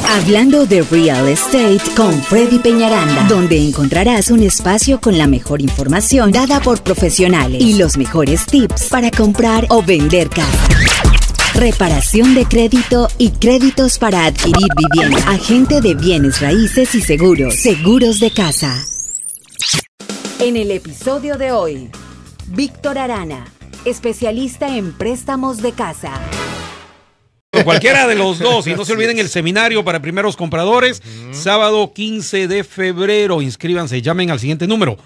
Hablando de Real Estate con Freddy Peñaranda, donde encontrarás un espacio con la mejor información dada por profesionales y los mejores tips para comprar o vender casa. Reparación de crédito y créditos para adquirir vivienda. Agente de bienes raíces y seguros. Seguros de casa. En el episodio de hoy, Víctor Arana, especialista en préstamos de casa. Cualquiera de los dos, y no se olviden el seminario para primeros compradores, sábado 15 de febrero, inscríbanse, llamen al siguiente número,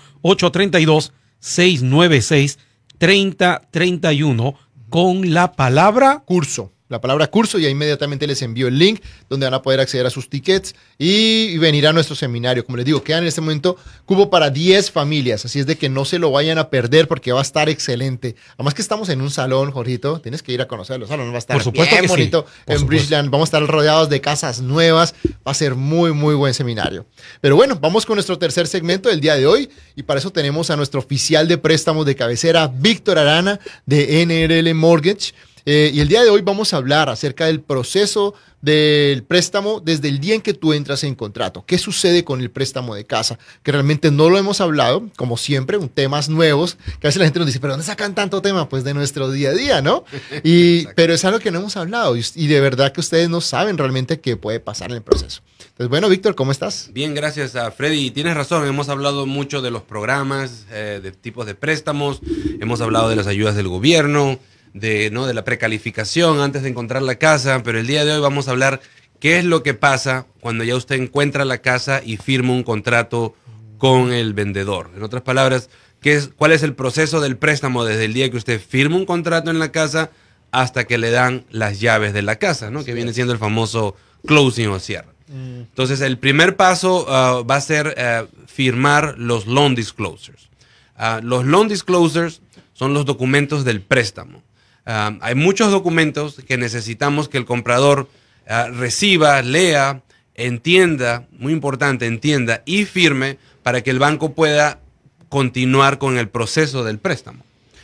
832-696-3031 con la palabra curso. La palabra curso, y ahí inmediatamente les envío el link donde van a poder acceder a sus tickets y venir a nuestro seminario. Como les digo, quedan en este momento cupo para 10 familias, así es de que no se lo vayan a perder porque va a estar excelente. Además que estamos en un salón, Jorgito, tienes que ir a conocerlo. El salón va a estar bien bonito en Bridgeland. Vamos a estar rodeados de casas nuevas, va a ser muy, muy buen seminario. Pero bueno, vamos con nuestro tercer segmento del día de hoy y para eso tenemos a nuestro oficial de préstamos de cabecera, Víctor Arana, de NRL Mortgage. Y el día de hoy vamos a hablar acerca del proceso del préstamo desde el día en que tú entras en contrato. ¿Qué sucede con el préstamo de casa? Que realmente no lo hemos hablado, como siempre, temas nuevos, que a veces la gente nos dice, ¿pero dónde sacan tanto tema? Pues de nuestro día a día, ¿no? Pero es algo que no hemos hablado y de verdad que ustedes no saben realmente qué puede pasar en el proceso. Entonces, bueno, Víctor, ¿cómo estás? Bien, gracias a Freddy. Tienes razón, hemos hablado mucho de los programas, de tipos de préstamos, hemos hablado de las ayudas del gobierno, de la precalificación antes de encontrar la casa, pero el día de hoy vamos a hablar qué es lo que pasa cuando ya usted encuentra la casa y firma un contrato con el vendedor. En otras palabras, ¿cuál es el proceso del préstamo desde el día que usted firma un contrato en la casa hasta que le dan las llaves de la casa, ¿no? Que viene siendo el famoso closing o cierre. Entonces, el primer paso va a ser firmar los loan disclosures. Los loan disclosures son los documentos del préstamo. Hay muchos documentos que necesitamos que el comprador reciba, lea, entienda, muy importante, entienda y firme para que el banco pueda continuar con el proceso del préstamo.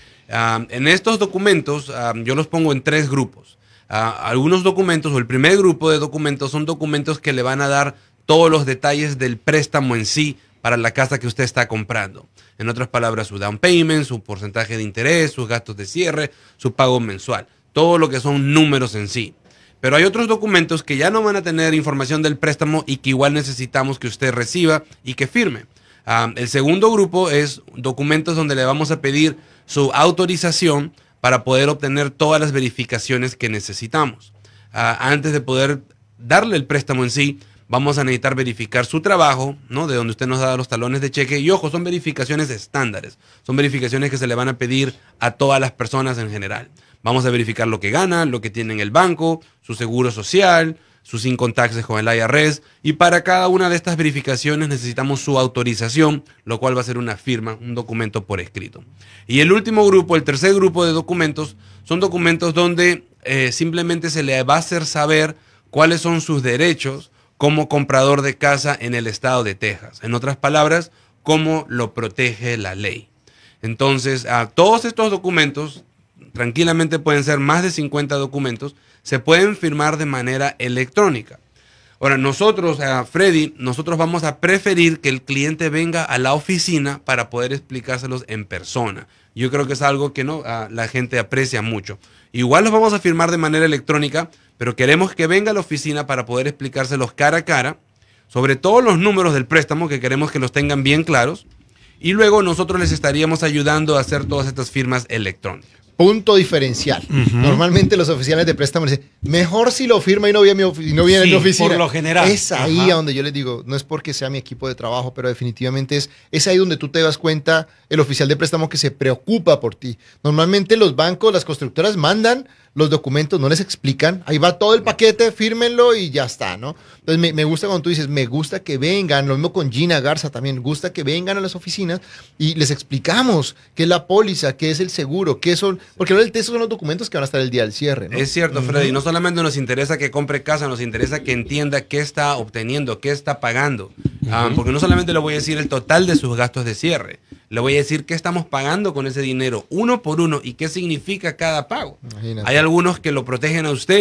En estos documentos yo los pongo en tres grupos. Algunos documentos, o el primer grupo de documentos, son documentos que le van a dar todos los detalles del préstamo en sí para la casa que usted está comprando. En otras palabras, su down payment, su porcentaje de interés, sus gastos de cierre, su pago mensual. Todo lo que son números en sí. Pero hay otros documentos que ya no van a tener información del préstamo y que igual necesitamos que usted reciba y que firme. El segundo grupo es documentos donde le vamos a pedir su autorización para poder obtener todas las verificaciones que necesitamos. Antes de poder darle el préstamo en sí, vamos a necesitar verificar su trabajo, ¿no? De donde usted nos da los talones de cheque. Y ojo, son verificaciones estándares. Son verificaciones que se le van a pedir a todas las personas en general. Vamos a verificar lo que gana, lo que tiene en el banco, su seguro social, sus income taxes con el IRS. Y para cada una de estas verificaciones necesitamos su autorización, lo cual va a ser una firma, un documento por escrito. Y el último grupo, el tercer grupo de documentos, son documentos donde simplemente se le va a hacer saber cuáles son sus derechos como comprador de casa en el estado de Texas. En otras palabras, cómo lo protege la ley. Entonces, todos estos documentos, tranquilamente pueden ser más de 50 documentos, se pueden firmar de manera electrónica. Ahora, nosotros, Freddy, nosotros vamos a preferir que el cliente venga a la oficina para poder explicárselos en persona. Yo creo que es algo que la gente aprecia mucho. Igual los vamos a firmar de manera electrónica, pero queremos que venga a la oficina para poder explicárselos cara a cara, sobre todos los números del préstamo, que queremos que los tengan bien claros, y luego nosotros les estaríamos ayudando a hacer todas estas firmas electrónicas. Punto diferencial. Normalmente los oficiales de préstamo dicen, mejor si lo firma y no viene a mi oficina. Por lo general. Es ahí a donde yo les digo, no es porque sea mi equipo de trabajo, pero definitivamente es ahí donde tú te das cuenta, el oficial de préstamo que se preocupa por ti. Normalmente los bancos, las constructoras mandan los documentos, no les explican, ahí va todo el paquete, fírmenlo y ya está, ¿no? Entonces me gusta cuando tú dices, me gusta que vengan, lo mismo con Gina Garza también, me gusta que vengan a las oficinas y les explicamos qué es la póliza, qué es el seguro, qué son, porque ahora el texto son los documentos que van a estar el día del cierre, ¿no? Es cierto, Freddy, no solamente nos interesa que compre casa, nos interesa que entienda qué está obteniendo, qué está pagando, porque no solamente le voy a decir el total de sus gastos de cierre, le voy a decir qué estamos pagando con ese dinero, uno por uno, y qué significa cada pago. Imagínate. Hay algunos que lo protegen a usted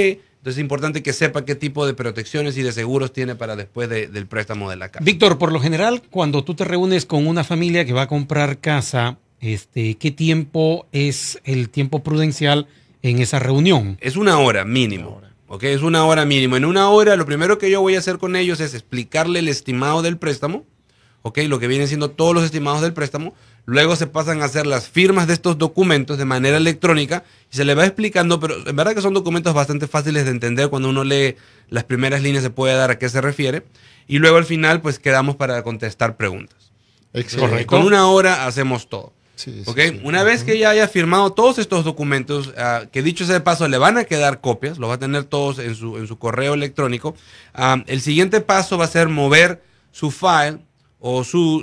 Entonces es importante que sepa qué tipo de protecciones y de seguros tiene para después del préstamo de la casa. Víctor, por lo general, cuando tú te reúnes con una familia que va a comprar casa, ¿qué tiempo es el tiempo prudencial en esa reunión? Es 1 hora mínimo. ¿Ok? Es 1 hora mínimo. En 1 hora, lo primero que yo voy a hacer con ellos es explicarle el estimado del préstamo. ¿Ok? Lo que vienen siendo todos los estimados del préstamo. Luego se pasan a hacer las firmas de estos documentos de manera electrónica y se les va explicando, pero en verdad que son documentos bastante fáciles de entender. Cuando uno lee las primeras líneas se puede dar a qué se refiere. Y luego al final pues quedamos para contestar preguntas. Excelente. Con 1 hora hacemos todo. Sí, ¿Ok? sí, sí. Una vez que ya haya firmado todos estos documentos, que dicho sea de paso, le van a quedar copias, los va a tener todos en su correo electrónico. El siguiente paso va a ser mover su file o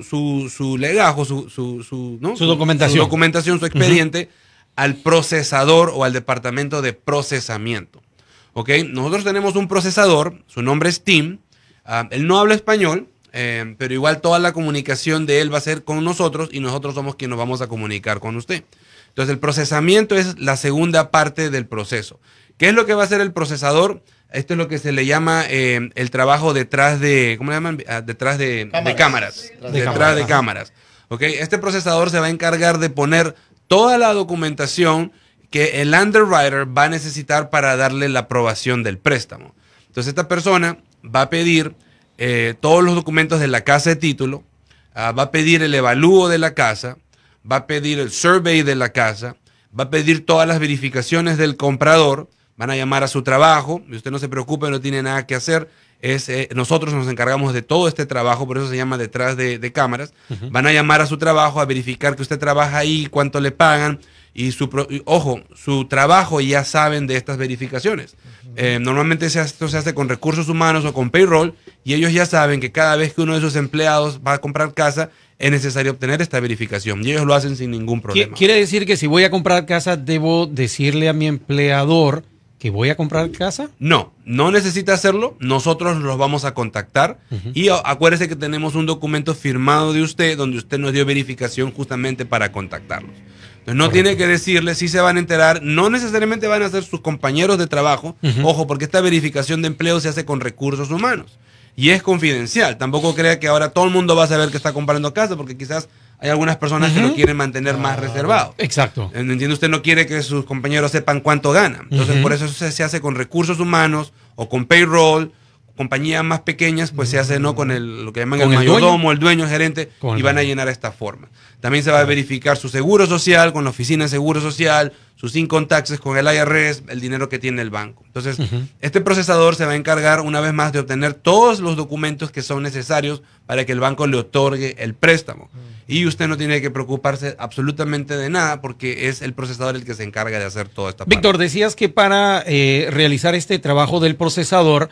su legajo, ¿no? Su documentación. Su expediente al procesador o al departamento de procesamiento. ¿Ok? Nosotros tenemos un procesador, su nombre es Tim. Él no habla español. Pero igual toda la comunicación de él va a ser con nosotros y nosotros somos quienes nos vamos a comunicar con usted. Entonces el procesamiento es la segunda parte del proceso. ¿Qué es lo que va a hacer el procesador? Esto es lo que se le llama el trabajo detrás de, ¿cómo le llaman? Detrás de cámaras. Detrás de cámaras. ¿Ok? Este procesador se va a encargar de poner toda la documentación que el underwriter va a necesitar para darle la aprobación del préstamo. Entonces esta persona va a pedir todos los documentos de la casa de título, va a pedir el evalúo de la casa, va a pedir el survey de la casa, va a pedir todas las verificaciones del comprador, van a llamar a su trabajo, y usted no se preocupe, no tiene nada que hacer, nosotros nos encargamos de todo este trabajo, por eso se llama detrás de cámaras. Van a llamar a su trabajo a verificar que usted trabaja ahí, cuánto le pagan, y ojo, su trabajo ya saben de estas verificaciones. Normalmente esto se hace con recursos humanos o con payroll, y ellos ya saben que cada vez que uno de sus empleados va a comprar casa, es necesario obtener esta verificación, y ellos lo hacen sin ningún problema. Quiere decir que si voy a comprar casa, ¿debo decirle a mi empleador que voy a comprar casa? No, no necesita hacerlo. Nosotros los vamos a contactar. Y acuérdese que tenemos un documento firmado de usted donde usted nos dio verificación justamente para contactarlos. Entonces no tiene que decirle, si se van a enterar, no necesariamente van a ser sus compañeros de trabajo. Ojo, porque esta verificación de empleo se hace con recursos humanos y es confidencial. Tampoco crea que ahora todo el mundo va a saber que está comprando casa, porque quizás hay algunas personas que lo quieren mantener más reservado. Exacto. Entiende, usted no quiere que sus compañeros sepan cuánto ganan. Entonces, por eso se hace con recursos humanos o con payroll. Compañías más pequeñas, pues se hace no con lo que llaman el mayordomo, el dueño, el gerente, y van a llenar esta forma. También se va a verificar su seguro social con la oficina de seguro social, sus income taxes con el IRS, el dinero que tiene el banco. Entonces, este procesador se va a encargar una vez más de obtener todos los documentos que son necesarios para que el banco le otorgue el préstamo. Y usted no tiene que preocuparse absolutamente de nada, porque es el procesador el que se encarga de hacer toda esta parte. Víctor, decías que para realizar este trabajo del procesador,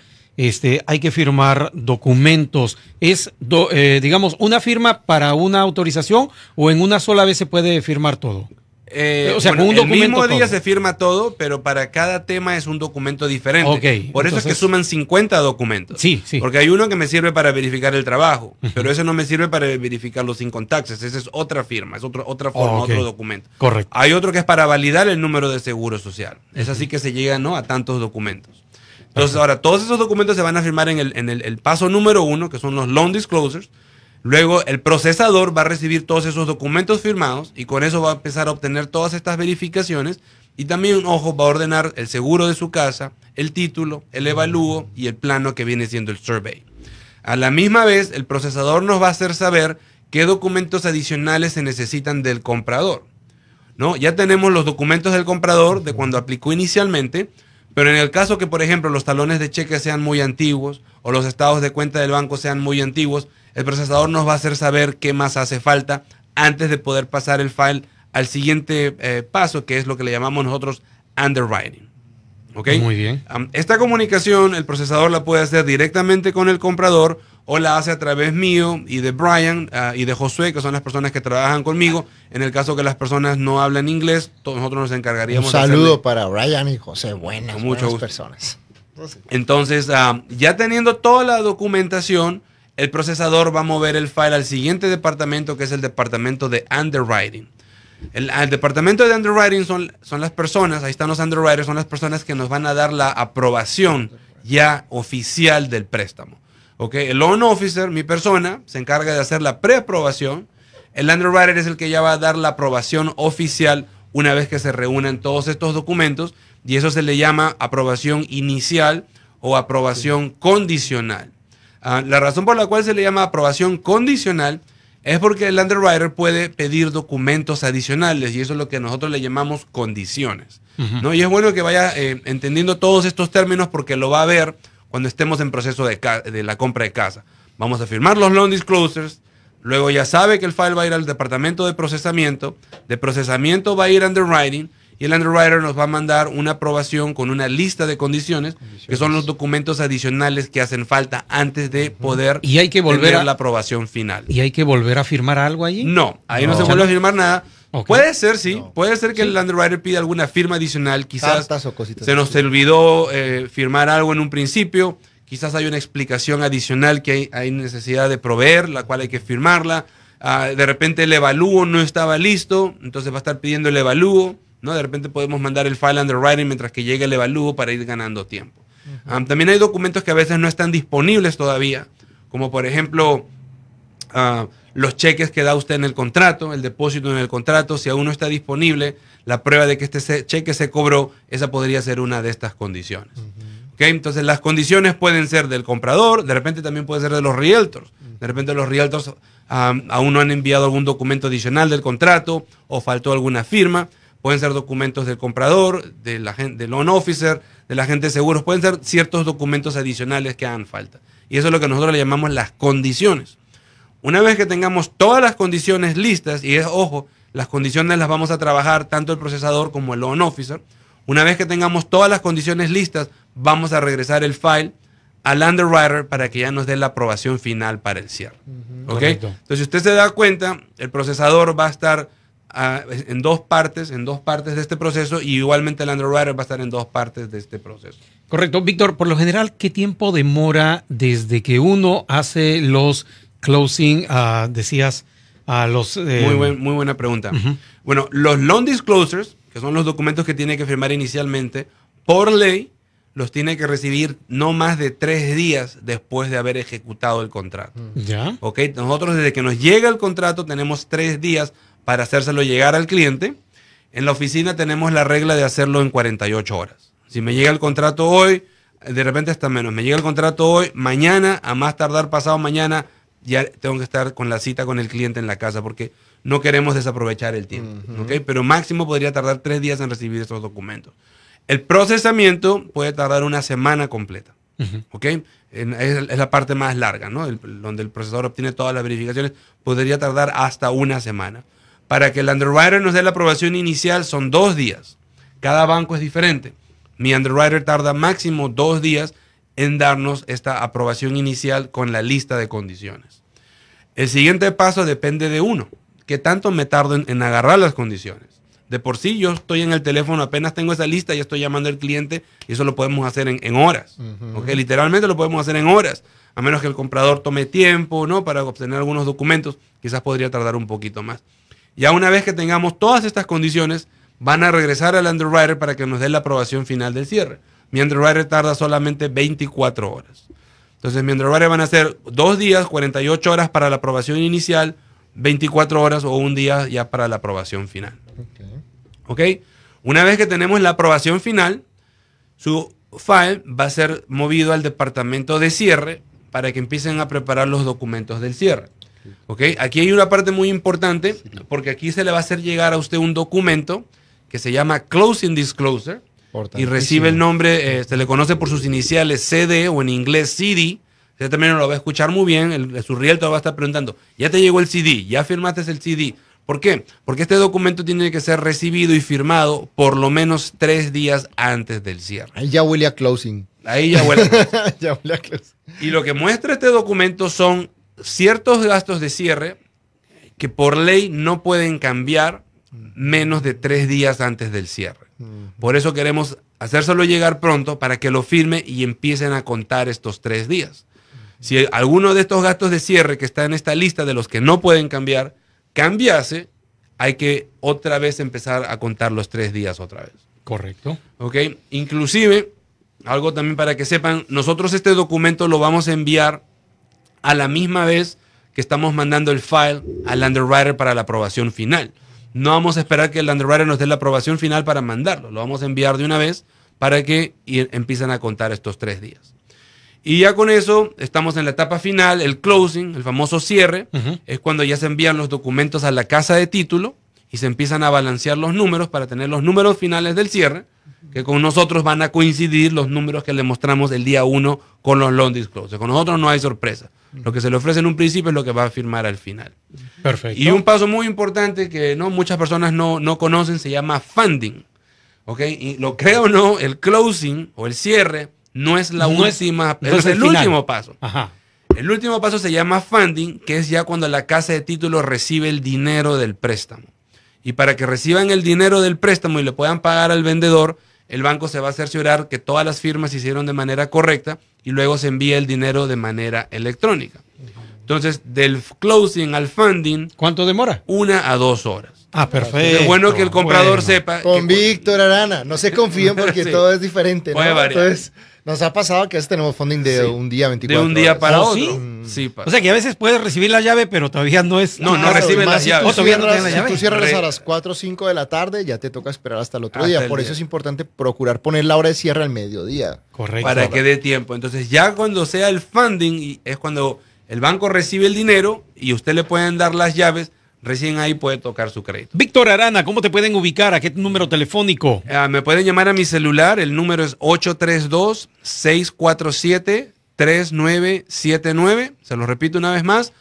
hay que firmar documentos. ¿Es, digamos, una firma para una autorización o en una sola vez se puede firmar todo? O sea, con un documento el mismo día se firma todo, pero para cada tema es un documento diferente. Okay, por eso es que suman 50 documentos. Sí, sí. Porque hay uno que me sirve para verificar el trabajo, pero ese no me sirve para verificar los income taxes. Esa es otra firma, es otra forma, otro documento. Correcto. Hay otro que es para validar el número de seguro social. Es así que se llega, ¿no?, a tantos documentos. Entonces, ahora, todos esos documentos se van a firmar en el paso número 1, que son los loan disclosures. Luego, el procesador va a recibir todos esos documentos firmados y con eso va a empezar a obtener todas estas verificaciones. Y también, ojo, va a ordenar el seguro de su casa, el título, el evalúo y el plano que viene siendo el survey. A la misma vez, el procesador nos va a hacer saber qué documentos adicionales se necesitan del comprador, ¿no? Ya tenemos los documentos del comprador de cuando aplicó inicialmente. Pero en el caso que, por ejemplo, los talones de cheque sean muy antiguos o los estados de cuenta del banco sean muy antiguos, el procesador nos va a hacer saber qué más hace falta antes de poder pasar el file al siguiente paso, que es lo que le llamamos nosotros underwriting. ¿Okay? Muy bien. Esta comunicación el procesador la puede hacer directamente con el comprador o la hace a través mío y de Brian y de Josué, que son las personas que trabajan conmigo. En el caso que las personas no hablan inglés, nosotros nos encargaríamos. Un saludo para Brian y José, buenas gusto. personas. Entonces, ya teniendo toda la documentación, el procesador va a mover el file al siguiente departamento, que es el departamento de underwriting. El departamento de underwriting son las personas, ahí están los underwriters, son las personas que nos van a dar la aprobación ya oficial del préstamo. ¿Okay? El loan officer, mi persona, se encarga de hacer la preaprobación. El underwriter es el que ya va a dar la aprobación oficial una vez que se reúnan todos estos documentos, y eso se le llama aprobación inicial o aprobación condicional. La razón por la cual se le llama aprobación condicional es porque el underwriter puede pedir documentos adicionales, y eso es lo que nosotros le llamamos condiciones. ¿No? Y es bueno que vaya entendiendo todos estos términos, porque lo va a ver cuando estemos en proceso de la compra de casa. Vamos a firmar los loan disclosures, luego ya sabe que el file va a ir al departamento de procesamiento va a ir a underwriting, y el underwriter nos va a mandar una aprobación con una lista de condiciones, que son los documentos adicionales que hacen falta antes de poder y hay que volver tener la aprobación final. ¿Y hay que volver a firmar algo allí? No, ahí no se vuelve a firmar nada. Okay. Puede ser, sí. Puede ser que el underwriter pida alguna firma adicional. Quizás se nos así. olvidó firmar algo en un principio. Quizás hay una explicación adicional que hay necesidad de proveer, la cual hay que firmarla. De repente el evalúo no estaba listo, entonces va a estar pidiendo el evalúo, ¿no? De repente podemos mandar el file underwriting mientras que llegue el evalúo para ir ganando tiempo. También hay documentos que a veces no están disponibles todavía, como por ejemplo los cheques que da usted en el contrato, el depósito en el contrato. Si aún no está disponible la prueba de que este cheque se cobró, esa podría ser una de estas condiciones. ¿Okay? Entonces las condiciones pueden ser del comprador, de repente también puede ser de los realtors. De repente los realtors aún no han enviado algún documento adicional del contrato o faltó alguna firma. Pueden ser documentos del comprador, del loan officer, del agente de seguros. Pueden ser ciertos documentos adicionales que hagan falta. Y eso es lo que nosotros le llamamos las condiciones. Una vez que tengamos todas las condiciones listas, y ojo, las condiciones las vamos a trabajar tanto el procesador como el loan officer. Una vez que tengamos todas las condiciones listas, vamos a regresar el file al underwriter para que ya nos dé la aprobación final para el cierre. ¿Okay? Entonces, si usted se da cuenta, el procesador va a estar en dos partes de este proceso, y igualmente el underwriter va a estar en dos partes de este proceso. Correcto. Víctor, por lo general, ¿qué tiempo demora desde que uno hace los closing, decías, a los... Muy buena pregunta. Bueno, los loan disclosures, que son los documentos que tiene que firmar inicialmente, por ley, los tiene que recibir no más de 3 días después de haber ejecutado el contrato. ¿Ya? ¿Ok? Nosotros, desde que nos llega el contrato, tenemos 3 días para hacérselo llegar al cliente. En la oficina tenemos la regla de hacerlo en 48 horas. Si me llega el contrato hoy, de repente hasta menos, me llega el contrato hoy, mañana, a más tardar pasado mañana, ya tengo que estar con la cita con el cliente en la casa, porque no queremos desaprovechar el tiempo. ¿Okay? Pero máximo podría tardar 3 días en recibir estos documentos. El procesamiento puede tardar una semana completa. ¿Okay? Es la parte más larga, ¿no? Donde el procesador obtiene todas las verificaciones, podría tardar hasta una semana. Para que el underwriter nos dé la aprobación inicial son 2 días. Cada banco es diferente. Mi underwriter tarda máximo 2 días en darnos esta aprobación inicial con la lista de condiciones. El siguiente paso depende de uno. ¿Qué tanto me tardo en agarrar las condiciones? De por sí, yo estoy en el teléfono, apenas tengo esa lista, ya estoy llamando al cliente, y eso lo podemos hacer en horas. ¿Okay? Literalmente lo podemos hacer en horas, a menos que el comprador tome tiempo, ¿no? Para obtener algunos documentos, quizás podría tardar un poquito más. Ya una vez que tengamos todas estas condiciones, van a regresar al underwriter para que nos dé la aprobación final del cierre. Mi underwriter tarda solamente 24 horas. Entonces, mi underwriter van a ser 2 días, 48 horas para la aprobación inicial, 24 horas o un día ya para la aprobación final. ¿Ok? Una vez que tenemos la aprobación final, su file va a ser movido al departamento de cierre para que empiecen a preparar los documentos del cierre. ¿Ok? Aquí hay una parte muy importante, porque aquí se le va a hacer llegar a usted un documento que se llama Closing Disclosure y recibe el nombre, se le conoce por sus iniciales CD o en inglés CD. Usted también lo va a escuchar muy bien, su realtor va a estar preguntando, ¿ya te llegó el CD? ¿Ya firmaste el CD? ¿Por qué? Porque este documento tiene que ser recibido y firmado por lo menos 3 días antes del cierre. Ahí ya huele a closing. Ahí ya huele a closing. Ya huele a closing. Y lo que muestra este documento son ciertos gastos de cierre que por ley no pueden cambiar menos de 3 días antes del cierre. Por eso queremos hacérselo llegar pronto para que lo firme y empiecen a contar estos 3 días. Si alguno de estos gastos de cierre que está en esta lista de los que no pueden cambiar, cambiase, hay que otra vez empezar a contar los 3 días otra vez. Correcto. ¿Ok? Inclusive, algo también para que sepan, nosotros este documento lo vamos a enviar a la misma vez que estamos mandando el file al underwriter para la aprobación final. No vamos a esperar que el underwriter nos dé la aprobación final para mandarlo. Lo vamos a enviar de una vez para que empiecen a contar estos 3 días. Y ya con eso estamos en la etapa final, el closing, el famoso cierre. Es cuando ya se envían los documentos a la casa de título y se empiezan a balancear los números para tener los números finales del cierre, que con nosotros van a coincidir los números que le mostramos el día 1 con los loan disclosures. Con nosotros no hay sorpresa. Lo que se le ofrece en un principio es lo que va a firmar al final. Perfecto. Y un paso muy importante que muchas personas no conocen se llama funding. ¿Ok? Y lo creo o no, el closing o el cierre no es la última, es el último paso. Ajá. El último paso se llama funding, que es ya cuando la casa de título recibe el dinero del préstamo. Y para que reciban el dinero del préstamo y le puedan pagar al vendedor, el banco se va a cerciorar que todas las firmas se hicieron de manera correcta y luego se envía el dinero de manera electrónica. Entonces, del closing al funding, ¿cuánto demora? 1 a 2 horas. Ah, perfecto. Es bueno que el comprador sepa. Con Víctor Arana, no se confíen porque Sí. todo es diferente, ¿no? Puede variar. Entonces, nos ha pasado que a veces tenemos funding de un día, 24 de un día horas. para ¿Oh, otro. sí? Sí, O sea que a veces puedes recibir la llave, pero todavía no es... No, no Claro, recibe y más las si llaves. tú Oh, todavía no cierras- tiene la llave. Si tú cierras a Re- las 4 o 5 de la tarde, ya te toca esperar hasta el otro Hasta día. el Por día. eso es importante procurar poner la hora de cierre al mediodía. Correcto. para que dé tiempo. Entonces, ya cuando sea el funding, y es cuando el banco recibe el dinero y usted le pueden dar las llaves, recién ahí puede tocar su crédito. Víctor Arana, ¿cómo te pueden ubicar? ¿A qué número telefónico? Me pueden llamar a mi celular, el número es 832-647-3979. Se lo repito una vez más,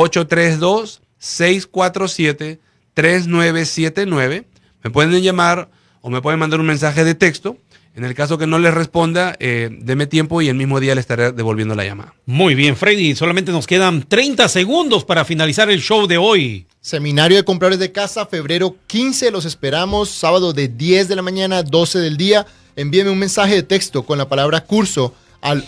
832-647-3979. Me pueden llamar o me pueden mandar un mensaje de texto. En el caso que no les responda, deme tiempo y el mismo día le estaré devolviendo la llamada. Muy bien, Freddy. Solamente nos quedan 30 segundos para finalizar el show de hoy. Seminario de compradores de casa, febrero 15, los esperamos, sábado de 10 de la mañana a 12 del día. Envíeme un mensaje de texto con la palabra curso al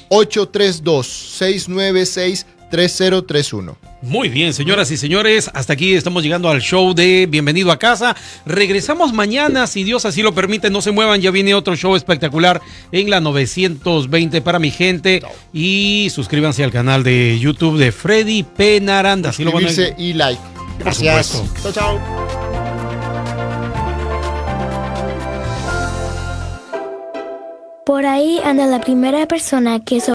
832-696-3031. Muy bien, señoras y señores, hasta aquí estamos llegando al show de Bienvenido a Casa. Regresamos mañana, si Dios así lo permite, no se muevan, ya viene otro show espectacular en la 920 para mi gente. Y suscríbanse al canal de YouTube de Freddy Penaranda. Así lo van a... Suscribirse y like. Gracias. supuesto. Chao, chao. Por ahí anda la primera persona que